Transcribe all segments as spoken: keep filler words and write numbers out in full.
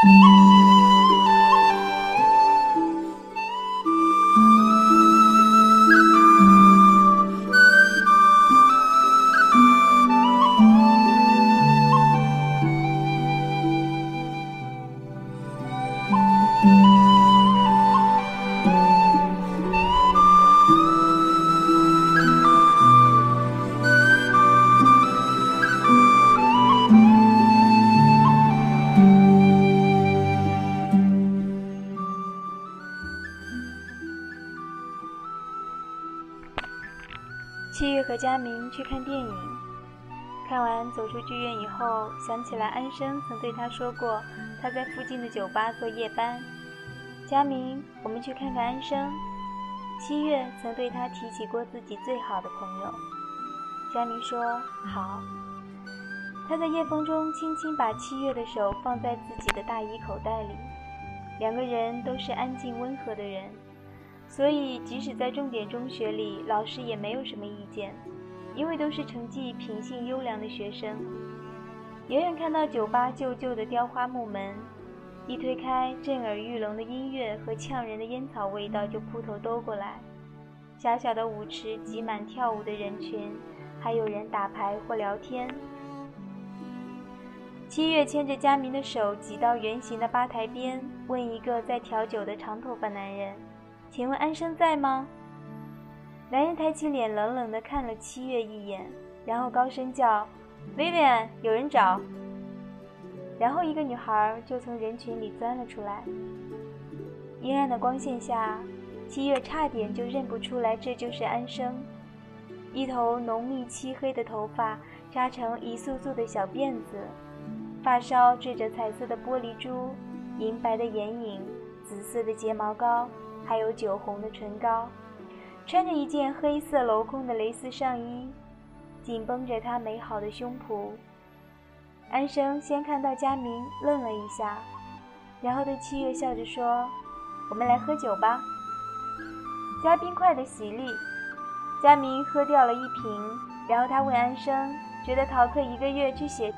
七月和佳明去看电影，看完走出剧院以后，想起来安生曾对他说过他在附近的酒吧做夜班。佳明，我们去看看安生。七月曾对他提起过自己最好的朋友。佳明说好。他在夜风中轻轻把七月的手放在自己的大衣口袋里。两个人都是安静温和的人，所以即使在重点中学里，老师也没有什么意见，因为都是成绩品性优良的学生。远远看到酒吧旧旧的雕花木门，一推开，震耳欲聋的音乐和呛人的烟草味道就扑头兜过来。小小的舞池挤满跳舞的人群，还有人打牌或聊天。七月牵着佳明的手挤到圆形的吧台边，问一个在调酒的长头发男人，请问安生在吗？男人抬起脸冷冷地看了七月一眼，然后高声叫 Vivian， 有人找。然后一个女孩就从人群里钻了出来。阴暗的光线下，七月差点就认不出来这就是安生。一头浓密漆黑的头发扎成一束束的小辫子，发梢缀着彩色的玻璃珠，银白的眼影，紫色的睫毛膏，还有酒红的唇膏，穿着一件黑色镂空的蕾丝上衣，紧绷着她美好的胸脯。安生先看到佳明，愣了一下，然后对七月笑着说，我们来喝酒吧。加冰块的洗礼。佳明喝掉了一瓶，然后他问安生，觉得逃课一个月去写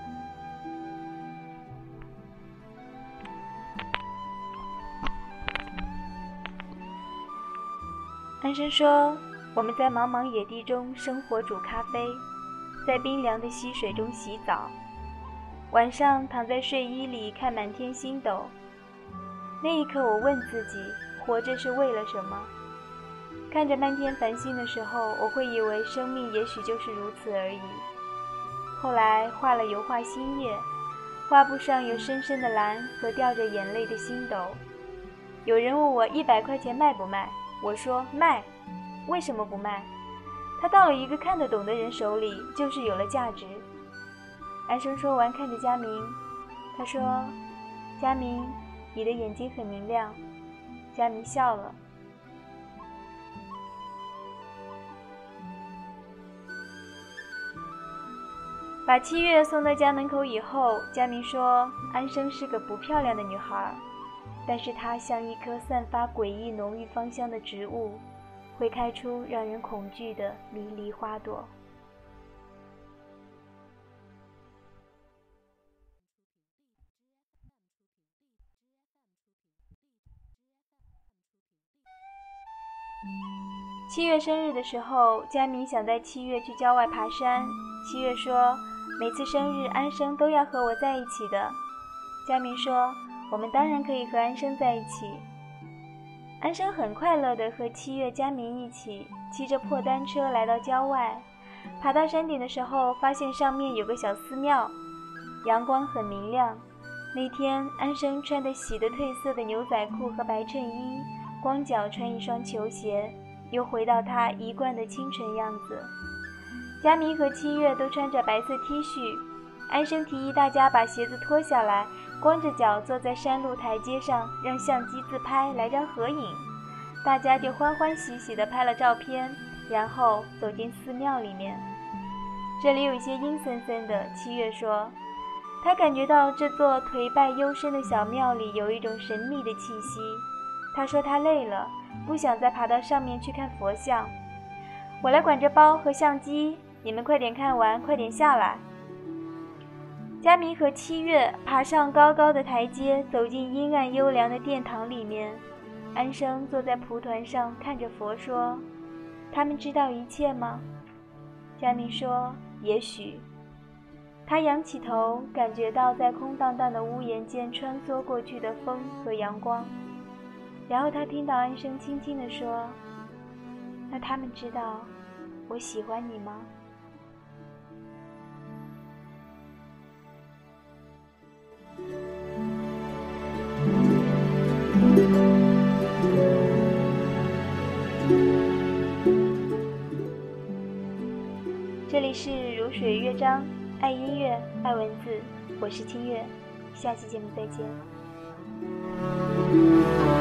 安生说，我们在茫茫野地中生火煮咖啡，在冰凉的溪水中洗澡，晚上躺在睡衣里看满天星斗。那一刻我问自己，活着是为了什么？看着漫天繁星的时候，我会以为生命也许就是如此而已。后来画了油画新叶，画布上有深深的蓝和掉着眼泪的星斗。有人问我一百块钱卖不卖，我说卖。为什么不卖？它到了一个看得懂的人手里，就是有了价值。安生说完看着佳明，他说，佳明，你的眼睛很明亮。佳明笑了。把七月送到家门口以后，佳明说，安生是个不漂亮的女孩，但是她像一棵散发诡异浓郁芳香的植物，会开出让人恐惧的迷离花朵。七月生日的时候，佳明想带七月去郊外爬山。七月说，每次生日安生都要和我在一起的。佳明说，我们当然可以和安生在一起。安生很快乐地和七月、佳明一起骑着破单车来到郊外，爬到山顶的时候，发现上面有个小寺庙，阳光很明亮。那天安生穿的洗得褪色的牛仔裤和白衬衣，光脚穿一双球鞋，又回到他一贯的清纯样子。佳明和七月都穿着白色 T 恤，安生提议大家把鞋子脱下来，光着脚坐在山路台阶上，让相机自拍来张合影。大家就欢欢喜喜地拍了照片，然后走进寺庙里面。这里有些阴森森的，七月说，他感觉到这座颓败幽深的小庙里有一种神秘的气息。他说他累了，不想再爬到上面去看佛像。我来管着包和相机，你们快点看完，快点下来。 佳明和七月爬上高高的台阶，走进阴暗幽凉的殿堂里面。安生坐在蒲团上看着佛说：他们知道一切吗？佳明说：也许。他仰起头，感觉到在空荡荡的屋檐间穿梭过去的风和阳光。然后他听到安生轻轻地说：那他们知道我喜欢你吗？这里是如水乐章，爱音乐，爱文字，我是清月，下期节目再见。